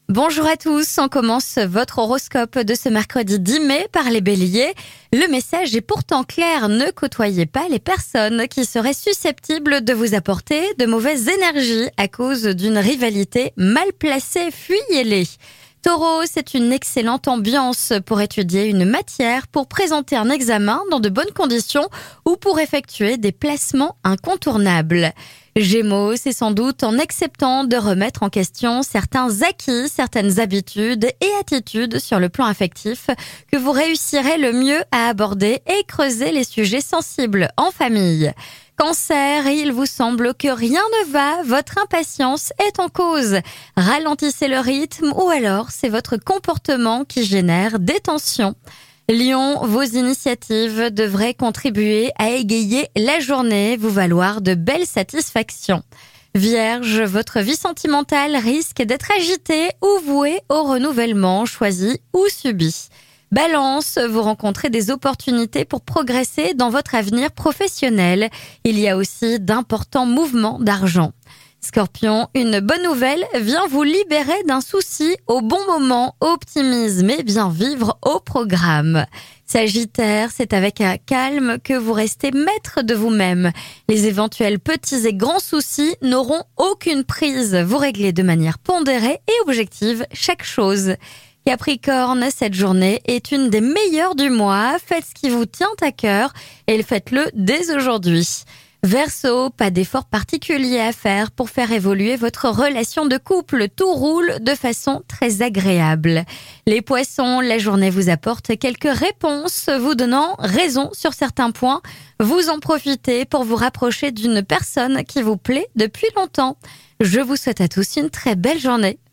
Bonjour à tous, on commence votre horoscope de ce mercredi 10 mai par les béliers. Le message est pourtant clair, ne côtoyez pas les personnes qui seraient susceptibles de vous apporter de mauvaises énergies à cause d'une rivalité mal placée, fuyez-les. Taureau, c'est une excellente ambiance pour étudier une matière, pour présenter un examen dans de bonnes conditions ou pour effectuer des placements incontournables. Gémeaux, c'est sans doute en acceptant de remettre en question certains acquis, certaines habitudes et attitudes sur le plan affectif que vous réussirez le mieux à aborder et creuser les sujets sensibles en famille. Cancer, il vous semble que rien ne va, votre impatience est en cause. Ralentissez le rythme ou alors c'est votre comportement qui génère des tensions. Lion, vos initiatives devraient contribuer à égayer la journée, vous valoir de belles satisfactions. Vierge, votre vie sentimentale risque d'être agitée ou vouée au renouvellement, choisi ou subi. Balance, vous rencontrez des opportunités pour progresser dans votre avenir professionnel. Il y a aussi d'importants mouvements d'argent. Scorpion, une bonne nouvelle vient vous libérer d'un souci au bon moment, optimisme et bien vivre au programme. Sagittaire, c'est avec un calme que vous restez maître de vous-même. Les éventuels petits et grands soucis n'auront aucune prise. Vous réglez de manière pondérée et objective chaque chose. Capricorne, cette journée est une des meilleures du mois. Faites ce qui vous tient à cœur et faites-le dès aujourd'hui. Verseau, pas d'effort particulier à faire pour faire évoluer votre relation de couple. Tout roule de façon très agréable. Les poissons, la journée vous apporte quelques réponses, vous donnant raison sur certains points. Vous en profitez pour vous rapprocher d'une personne qui vous plaît depuis longtemps. Je vous souhaite à tous une très belle journée.